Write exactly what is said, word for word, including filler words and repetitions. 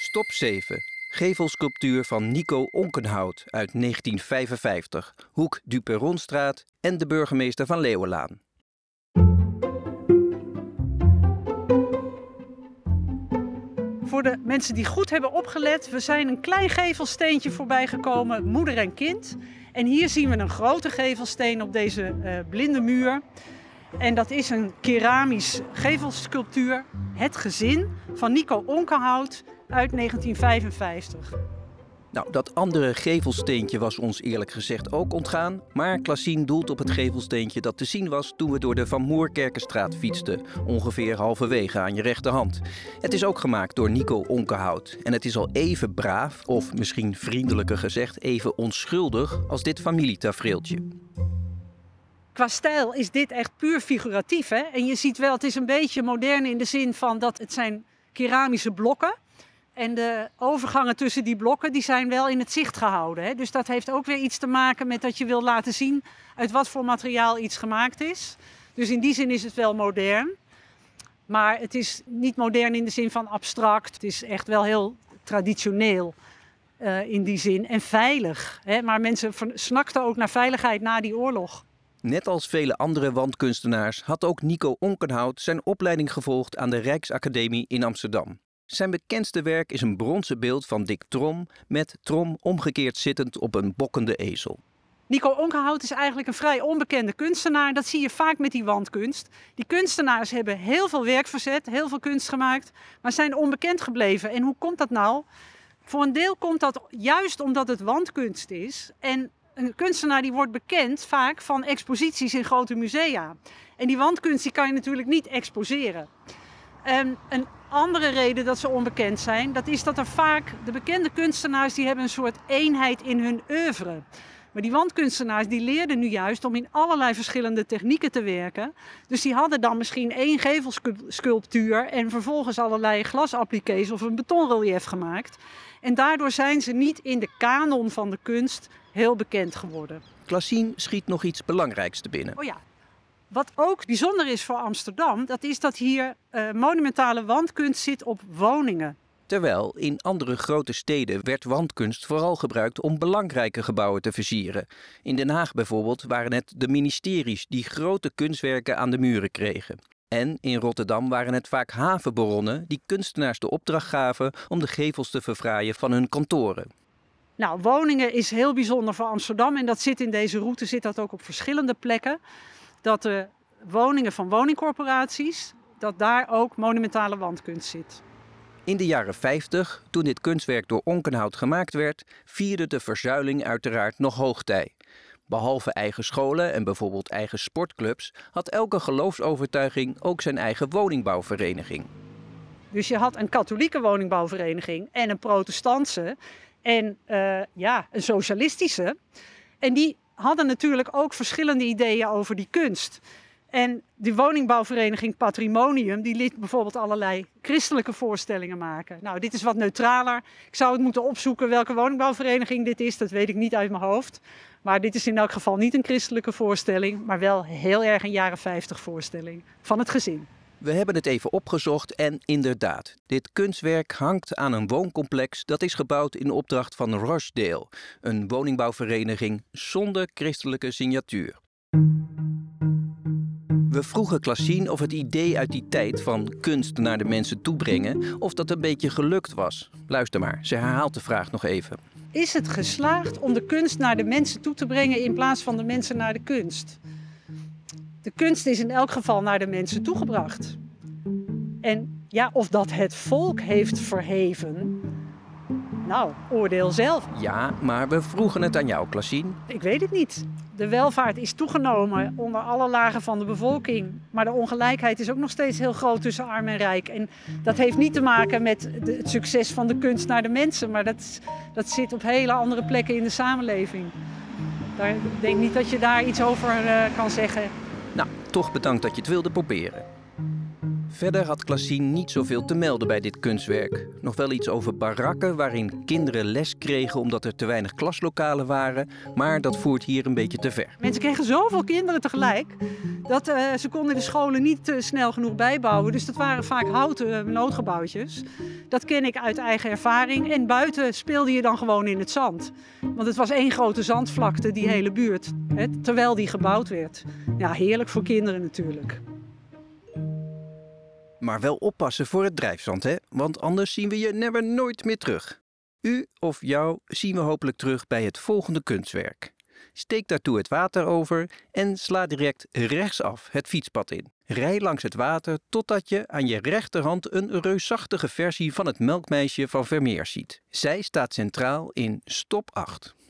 Stop zeven. Gevelsculptuur van Nico Onkenhout uit negentien vijfenvijftig. Hoek Du Perronstraat en de burgemeester van Leeuwenlaan. Voor de mensen die goed hebben opgelet, we zijn een klein gevelsteentje voorbij gekomen, moeder en kind. En hier zien we een grote gevelsteen op deze uh, blinde muur. En dat is een keramisch gevelsculptuur, Het Gezin, van Nico Onkenhout uit negentien vijfenvijftig. Nou, dat andere gevelsteentje was ons eerlijk gezegd ook ontgaan. Maar Klaasien doelt op het gevelsteentje dat te zien was toen we door de Van Moerkerkenstraat fietsten. Ongeveer halverwege aan je rechterhand. Het is ook gemaakt door Nico Onkenhout. En het is al even braaf, of misschien vriendelijker gezegd even onschuldig, als dit familietafereeltje. Qua stijl is dit echt puur figuratief, hè? En je ziet wel, het is een beetje modern in de zin van dat het zijn keramische blokken. En de overgangen tussen die blokken die zijn wel in het zicht gehouden. Hè? Dus dat heeft ook weer iets te maken met dat je wil laten zien uit wat voor materiaal iets gemaakt is. Dus in die zin is het wel modern. Maar het is niet modern in de zin van abstract. Het is echt wel heel traditioneel uh, in die zin. En veilig. Hè? Maar mensen snakten ook naar veiligheid na die oorlog. Net als vele andere wandkunstenaars had ook Nico Onkenhout zijn opleiding gevolgd aan de Rijksacademie in Amsterdam. Zijn bekendste werk is een bronzen beeld van Dick Trom met Trom omgekeerd zittend op een bokkende ezel. Nico Onkenhout is eigenlijk een vrij onbekende kunstenaar. Dat zie je vaak met die wandkunst. Die kunstenaars hebben heel veel werk verzet, heel veel kunst gemaakt, maar zijn onbekend gebleven. En hoe komt dat nou? Voor een deel komt dat juist omdat het wandkunst is. En een kunstenaar die wordt bekend vaak van exposities in grote musea. En die wandkunst die kan je natuurlijk niet exposeren. En een andere reden dat ze onbekend zijn, dat is dat er vaak de bekende kunstenaars die hebben een soort eenheid in hun oeuvre. Maar die wandkunstenaars die leerden nu juist om in allerlei verschillende technieken te werken. Dus die hadden dan misschien één gevelsculptuur en vervolgens allerlei glasappliqués of een betonrelief gemaakt. En daardoor zijn ze niet in de kanon van de kunst heel bekend geworden. Klaasien schiet nog iets belangrijks te binnen. Oh ja. Wat ook bijzonder is voor Amsterdam, dat is dat hier uh, monumentale wandkunst zit op woningen. Terwijl in andere grote steden werd wandkunst vooral gebruikt om belangrijke gebouwen te versieren. In Den Haag bijvoorbeeld waren het de ministeries die grote kunstwerken aan de muren kregen. En in Rotterdam waren het vaak havenbaronnen die kunstenaars de opdracht gaven om de gevels te verfraaien van hun kantoren. Nou, woningen is heel bijzonder voor Amsterdam en dat zit in deze route zit dat ook op verschillende plekken. Dat de woningen van woningcorporaties, dat daar ook monumentale wandkunst zit. In de jaren vijftig, toen dit kunstwerk door Onkenhout gemaakt werd, vierde de verzuiling uiteraard nog hoogtij. Behalve eigen scholen en bijvoorbeeld eigen sportclubs, had elke geloofsovertuiging ook zijn eigen woningbouwvereniging. Dus je had een katholieke woningbouwvereniging en een protestantse en uh, ja, een socialistische. En die hadden natuurlijk ook verschillende ideeën over die kunst. En de woningbouwvereniging Patrimonium, die liet bijvoorbeeld allerlei christelijke voorstellingen maken. Nou, dit is wat neutraler. Ik zou het moeten opzoeken welke woningbouwvereniging dit is. Dat weet ik niet uit mijn hoofd. Maar dit is in elk geval niet een christelijke voorstelling, maar wel heel erg een jaren vijftig voorstelling van Het Gezin. We hebben het even opgezocht en inderdaad, dit kunstwerk hangt aan een wooncomplex dat is gebouwd in opdracht van Rochdale, een woningbouwvereniging zonder christelijke signatuur. We vroegen Klaasien of het idee uit die tijd van kunst naar de mensen toebrengen, of dat een beetje gelukt was. Luister maar, ze herhaalt de vraag nog even. Is het geslaagd om de kunst naar de mensen toe te brengen in plaats van de mensen naar de kunst? De kunst is in elk geval naar de mensen toegebracht. En ja, of dat het volk heeft verheven, nou, oordeel zelf. Ja, maar we vroegen het aan jou, Klaasien. Ik weet het niet. De welvaart is toegenomen onder alle lagen van de bevolking. Maar de ongelijkheid is ook nog steeds heel groot tussen arm en rijk. En dat heeft niet te maken met de, het succes van de kunst naar de mensen. Maar dat, dat zit op hele andere plekken in de samenleving. Daar, ik denk niet dat je daar iets over uh, kan zeggen. Nou, toch bedankt dat je het wilde proberen. Verder had Classien niet zoveel te melden bij dit kunstwerk. Nog wel iets over barakken waarin kinderen les kregen omdat er te weinig klaslokalen waren. Maar dat voert hier een beetje te ver. Mensen kregen zoveel kinderen tegelijk dat uh, ze konden de scholen niet uh, snel genoeg bijbouwen. Dus dat waren vaak houten uh, noodgebouwtjes. Dat ken ik uit eigen ervaring. En buiten speelde je dan gewoon in het zand. Want het was één grote zandvlakte, die hele buurt. Hè, terwijl die gebouwd werd. Ja, heerlijk voor kinderen natuurlijk. Maar wel oppassen voor het drijfzand, hè? Want anders zien we je never nooit meer terug. U of jou zien we hopelijk terug bij het volgende kunstwerk. Steek daartoe het water over en sla direct rechtsaf het fietspad in. Rij langs het water totdat je aan je rechterhand een reusachtige versie van het melkmeisje van Vermeer ziet. Zij staat centraal in stop acht.